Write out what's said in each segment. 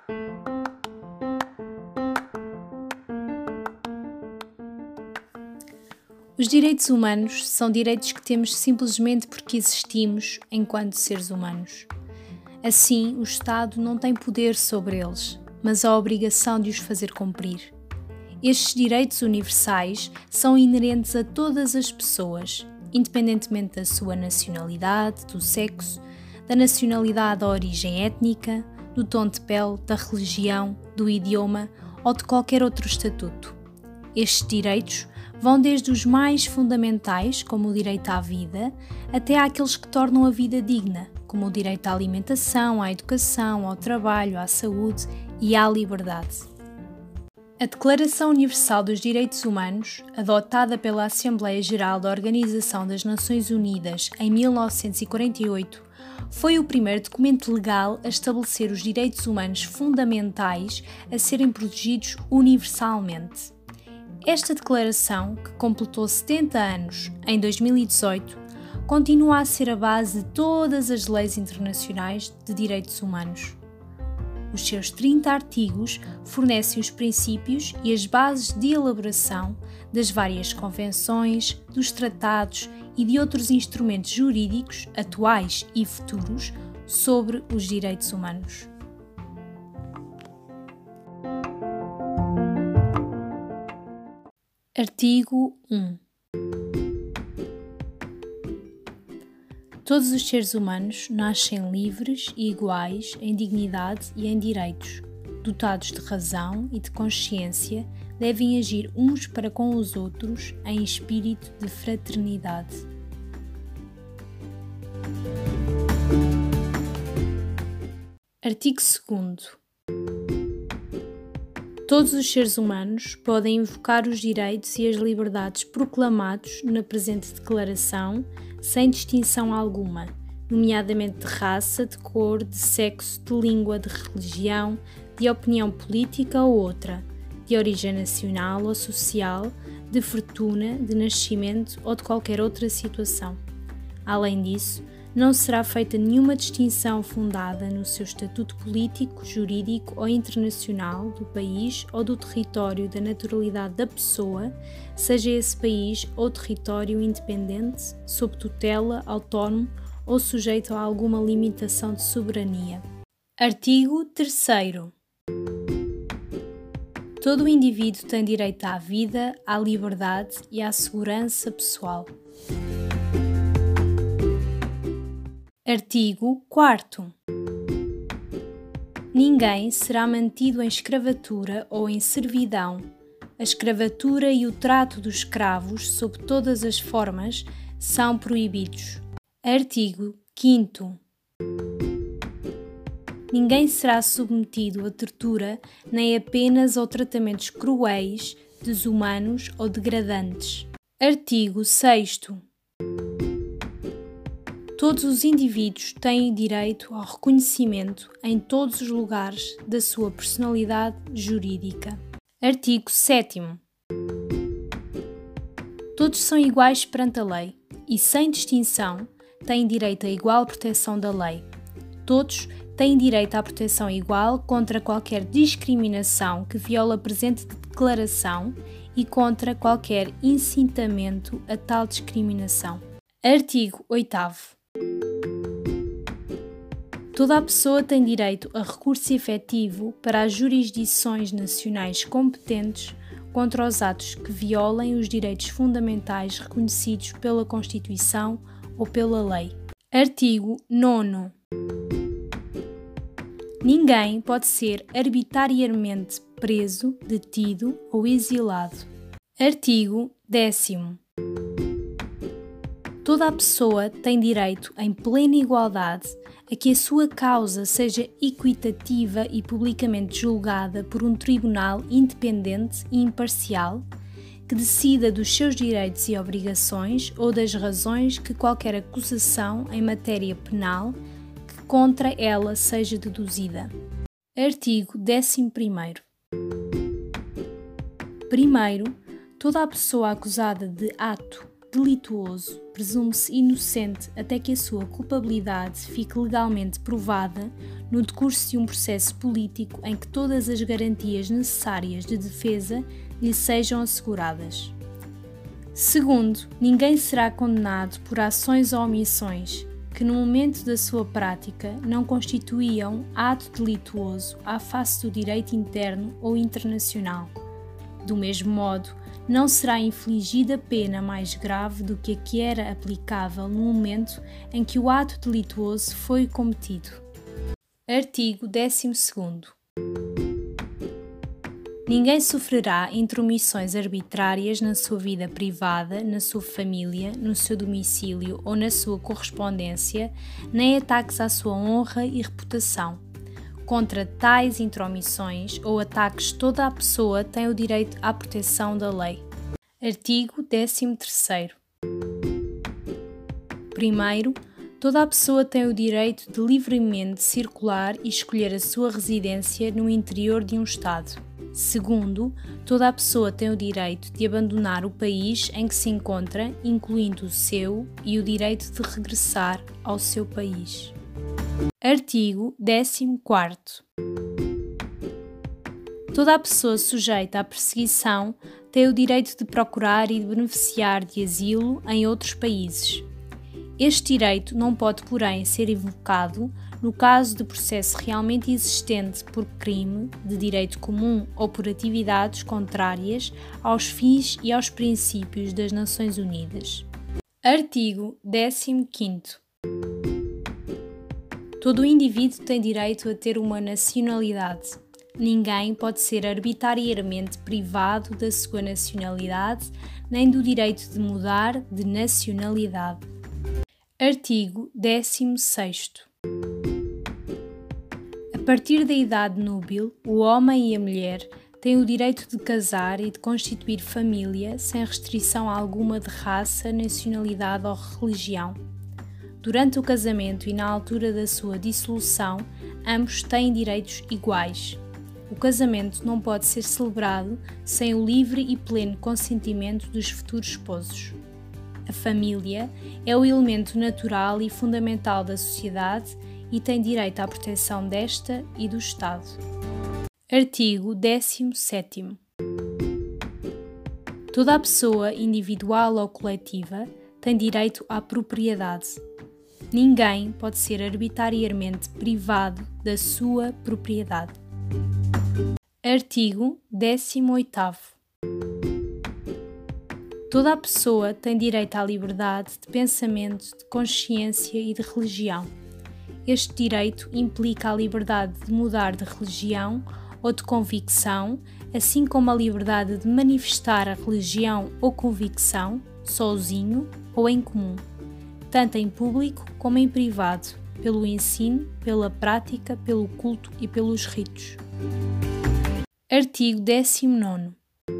Os direitos humanos são direitos que temos simplesmente porque existimos enquanto seres humanos. Assim, o Estado não tem poder sobre eles, mas a obrigação de os fazer cumprir. Estes direitos universais são inerentes a todas as pessoas, independentemente da sua nacionalidade, do sexo, da nacionalidade ou origem étnica, do tom de pele, da religião, do idioma ou de qualquer outro estatuto. Estes direitos vão desde os mais fundamentais, como o direito à vida, até àqueles que tornam a vida digna, como o direito à alimentação, à educação, ao trabalho, à saúde e à liberdade. A Declaração Universal dos Direitos Humanos, adotada pela Assembleia Geral da Organização das Nações Unidas em 1948, foi o primeiro documento legal a estabelecer os direitos humanos fundamentais a serem protegidos universalmente. Esta declaração, que completou 70 anos em 2018, continua a ser a base de todas as leis internacionais de direitos humanos. Os seus 30 artigos fornecem os princípios e as bases de elaboração das várias convenções, dos tratados e de outros instrumentos jurídicos, atuais e futuros, sobre os direitos humanos. Artigo 1. Todos os seres humanos nascem livres e iguais em dignidade e em direitos. Dotados de razão e de consciência, devem agir uns para com os outros em espírito de fraternidade. Artigo 2. Todos os seres humanos podem invocar os direitos e as liberdades proclamados na presente declaração, sem distinção alguma, nomeadamente de raça, de cor, de sexo, de língua, de religião, de opinião política ou outra, de origem nacional ou social, de fortuna, de nascimento ou de qualquer outra situação. Além disso, não será feita nenhuma distinção fundada no seu estatuto político, jurídico ou internacional do país ou do território da naturalidade da pessoa, seja esse país ou território independente, sob tutela, autónomo ou sujeito a alguma limitação de soberania. Artigo 3º. Todo o indivíduo tem direito à vida, à liberdade e à segurança pessoal. Artigo 4º. Ninguém será mantido em escravatura ou em servidão. A escravatura e o trato dos escravos, sob todas as formas, são proibidos. Artigo 5º. Ninguém será submetido a tortura nem a penas ou tratamentos cruéis, desumanos ou degradantes. Artigo 6º. Todos os indivíduos têm direito ao reconhecimento em todos os lugares da sua personalidade jurídica. Artigo 7º. Todos são iguais perante a lei e, sem distinção, têm direito à igual proteção da lei. Todos têm direito à proteção igual contra qualquer discriminação que viola a presente declaração e contra qualquer incitamento a tal discriminação. Artigo 8º. Toda a pessoa tem direito a recurso efetivo para as jurisdições nacionais competentes contra os atos que violem os direitos fundamentais reconhecidos pela Constituição ou pela lei. Artigo 9º. Ninguém pode ser arbitrariamente preso, detido ou exilado. Artigo 10º. Toda a pessoa tem direito, em plena igualdade, a que a sua causa seja equitativa e publicamente julgada por um tribunal independente e imparcial, que decida dos seus direitos e obrigações ou das razões que qualquer acusação em matéria penal que contra ela seja deduzida. Artigo 11º. Primeiro, toda a pessoa acusada de ato delituoso presume-se inocente até que a sua culpabilidade fique legalmente provada no decurso de um processo político em que todas as garantias necessárias de defesa lhe sejam asseguradas. Segundo, ninguém será condenado por ações ou omissões que no momento da sua prática não constituíam ato delituoso à face do direito interno ou internacional. Do mesmo modo, não será infligida pena mais grave do que a que era aplicável no momento em que o ato delituoso foi cometido. Artigo 12º. Ninguém sofrerá intromissões arbitrárias na sua vida privada, na sua família, no seu domicílio ou na sua correspondência, nem ataques à sua honra e reputação. Contra tais intromissões ou ataques, toda a pessoa tem o direito à proteção da lei. Artigo 13º. Primeiro, toda a pessoa tem o direito de livremente circular e escolher a sua residência no interior de um Estado. Segundo, toda a pessoa tem o direito de abandonar o país em que se encontra, incluindo o seu, e o direito de regressar ao seu país. Artigo 14º. Toda a pessoa sujeita à perseguição tem o direito de procurar e de beneficiar de asilo em outros países. Este direito não pode, porém, ser invocado no caso de processo realmente existente por crime de direito comum ou por atividades contrárias aos fins e aos princípios das Nações Unidas. Artigo 15º. Todo indivíduo tem direito a ter uma nacionalidade. Ninguém pode ser arbitrariamente privado da sua nacionalidade, nem do direito de mudar de nacionalidade. Artigo 16º. A partir da idade núbil, o homem e a mulher têm o direito de casar e de constituir família sem restrição alguma de raça, nacionalidade ou religião. Durante o casamento e na altura da sua dissolução, ambos têm direitos iguais. O casamento não pode ser celebrado sem o livre e pleno consentimento dos futuros esposos. A família é o elemento natural e fundamental da sociedade e tem direito à proteção desta e do Estado. Artigo 17º. Toda a pessoa, individual ou coletiva, tem direito à propriedade. Ninguém pode ser arbitrariamente privado da sua propriedade. Artigo 18º. Toda a pessoa tem direito à liberdade de pensamento, de consciência e de religião. Este direito implica a liberdade de mudar de religião ou de convicção, assim como a liberdade de manifestar a religião ou convicção, sozinho ou em comum, tanto em público como em privado, pelo ensino, pela prática, pelo culto e pelos ritos. Artigo 19º.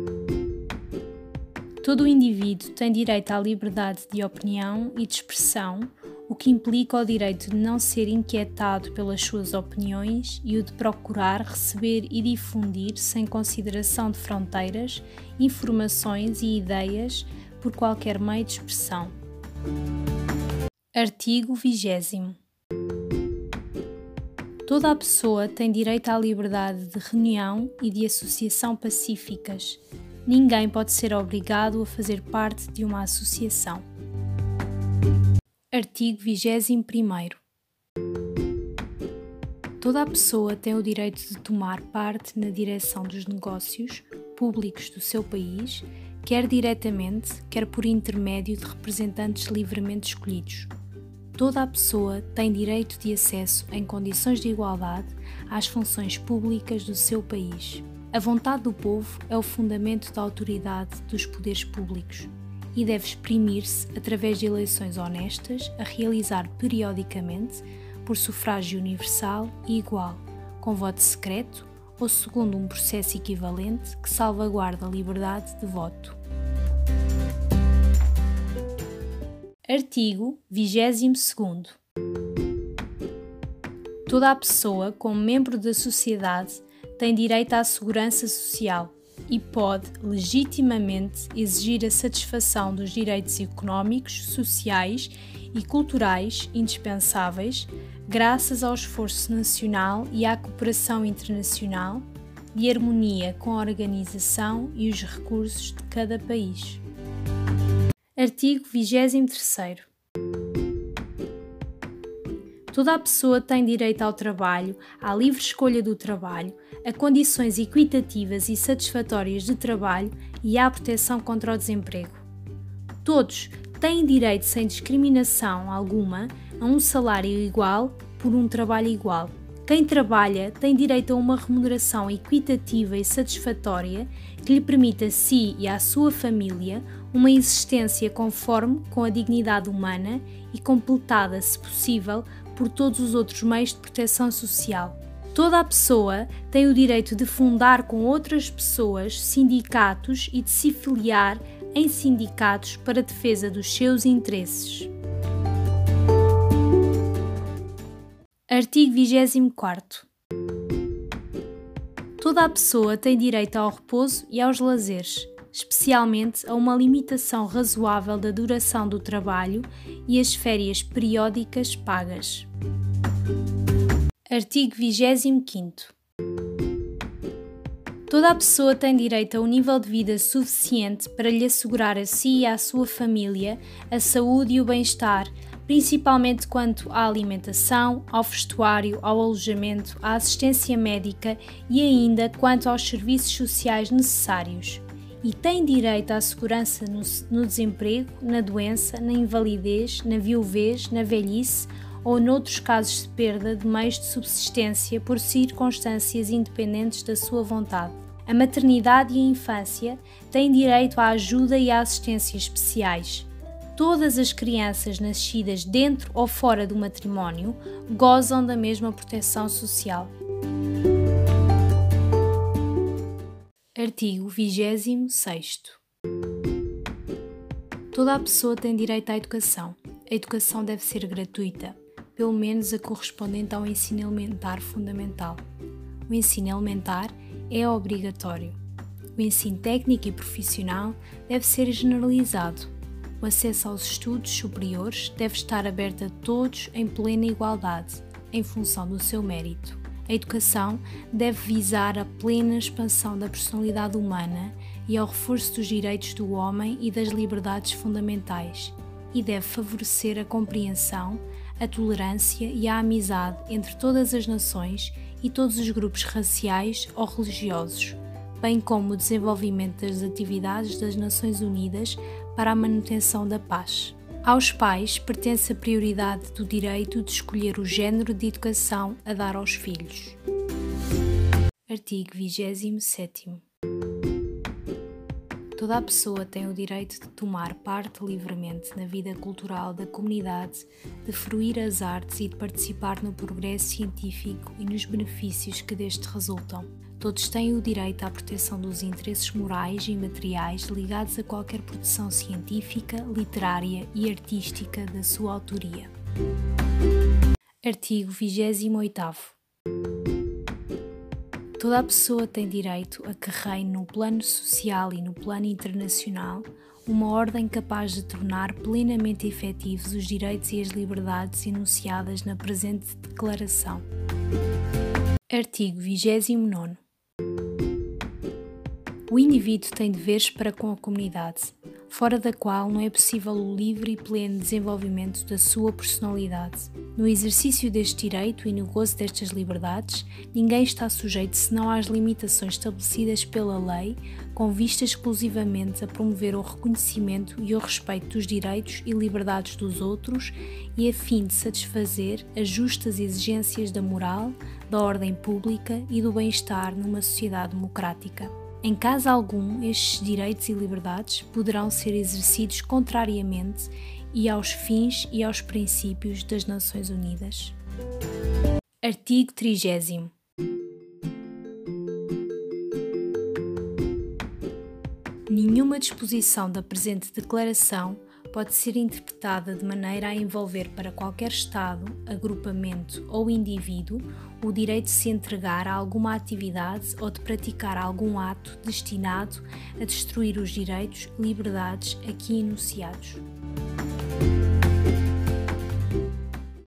Todo o indivíduo tem direito à liberdade de opinião e de expressão, o que implica o direito de não ser inquietado pelas suas opiniões e o de procurar receber e difundir, sem consideração de fronteiras, informações e ideias por qualquer meio de expressão. Artigo 20º. Toda a pessoa tem direito à liberdade de reunião e de associação pacíficas. Ninguém pode ser obrigado a fazer parte de uma associação. Artigo 21º. Toda a pessoa tem o direito de tomar parte na direção dos negócios públicos do seu país, quer diretamente, quer por intermédio de representantes livremente escolhidos. Toda a pessoa tem direito de acesso em condições de igualdade às funções públicas do seu país. A vontade do povo é o fundamento da autoridade dos poderes públicos e deve exprimir-se através de eleições honestas a realizar periodicamente por sufrágio universal e igual, com voto secreto ou segundo um processo equivalente que salvaguarda a liberdade de voto. Artigo 22º. Toda a pessoa, como membro da sociedade, tem direito à segurança social. e pode, legitimamente, exigir a satisfação dos direitos económicos, sociais e culturais indispensáveis, graças ao esforço nacional e à cooperação internacional, de harmonia com a organização e os recursos de cada país. Artigo 23º. Toda a pessoa tem direito ao trabalho, à livre escolha do trabalho, a condições equitativas e satisfatórias de trabalho e à proteção contra o desemprego. Todos têm direito sem discriminação alguma a um salário igual por um trabalho igual. Quem trabalha tem direito a uma remuneração equitativa e satisfatória que lhe permita a si e à sua família uma existência conforme com a dignidade humana e completada, se possível, por todos os outros meios de proteção social. Toda a pessoa tem o direito de fundar com outras pessoas sindicatos e de se filiar em sindicatos para a defesa dos seus interesses. Artigo 24º. Toda a pessoa tem direito ao repouso e aos lazeres, especialmente a uma limitação razoável da duração do trabalho e as férias periódicas pagas. Artigo 25º. Toda a pessoa tem direito a um nível de vida suficiente para lhe assegurar a si e à sua família a saúde e o bem-estar, principalmente quanto à alimentação, ao vestuário, ao alojamento, à assistência médica e ainda quanto aos serviços sociais necessários. E tem direito à segurança no desemprego, na doença, na invalidez, na viuvez, na velhice ou noutros casos de perda de meios de subsistência por circunstâncias independentes da sua vontade. A maternidade e a infância têm direito à ajuda e à assistência especiais. Todas as crianças nascidas dentro ou fora do matrimónio gozam da mesma proteção social. Artigo 26º. Toda a pessoa tem direito à educação. A educação deve ser gratuita, pelo menos a correspondente ao ensino elementar fundamental. O ensino elementar é obrigatório. O ensino técnico e profissional deve ser generalizado. O acesso aos estudos superiores deve estar aberto a todos em plena igualdade, em função do seu mérito. A educação deve visar a plena expansão da personalidade humana e ao reforço dos direitos do homem e das liberdades fundamentais, e deve favorecer a compreensão, a tolerância e a amizade entre todas as nações e todos os grupos raciais ou religiosos, bem como o desenvolvimento das atividades das Nações Unidas para a manutenção da paz. Aos pais pertence a prioridade do direito de escolher o género de educação a dar aos filhos. Artigo 27º. Toda a pessoa tem o direito de tomar parte livremente na vida cultural da comunidade, de fruir as artes e de participar no progresso científico e nos benefícios que deste resultam. Todos têm o direito à proteção dos interesses morais e materiais ligados a qualquer produção científica, literária e artística da sua autoria. Artigo 28º. Toda a pessoa tem direito a que reine no plano social e no plano internacional uma ordem capaz de tornar plenamente efetivos os direitos e as liberdades enunciadas na presente Declaração. Artigo 29º. O indivíduo tem deveres para com a comunidade, fora da qual não é possível o livre e pleno desenvolvimento da sua personalidade. No exercício deste direito e no gozo destas liberdades, ninguém está sujeito senão às limitações estabelecidas pela lei, com vista exclusivamente a promover o reconhecimento e o respeito dos direitos e liberdades dos outros e a fim de satisfazer as justas exigências da moral, da ordem pública e do bem-estar numa sociedade democrática. Em caso algum, estes direitos e liberdades poderão ser exercidos contrariamente e aos fins e aos princípios das Nações Unidas. Artigo 30º. Nenhuma disposição da presente Declaração pode ser interpretada de maneira a envolver para qualquer Estado, agrupamento ou indivíduo o direito de se entregar a alguma atividade ou de praticar algum ato destinado a destruir os direitos e liberdades aqui enunciados.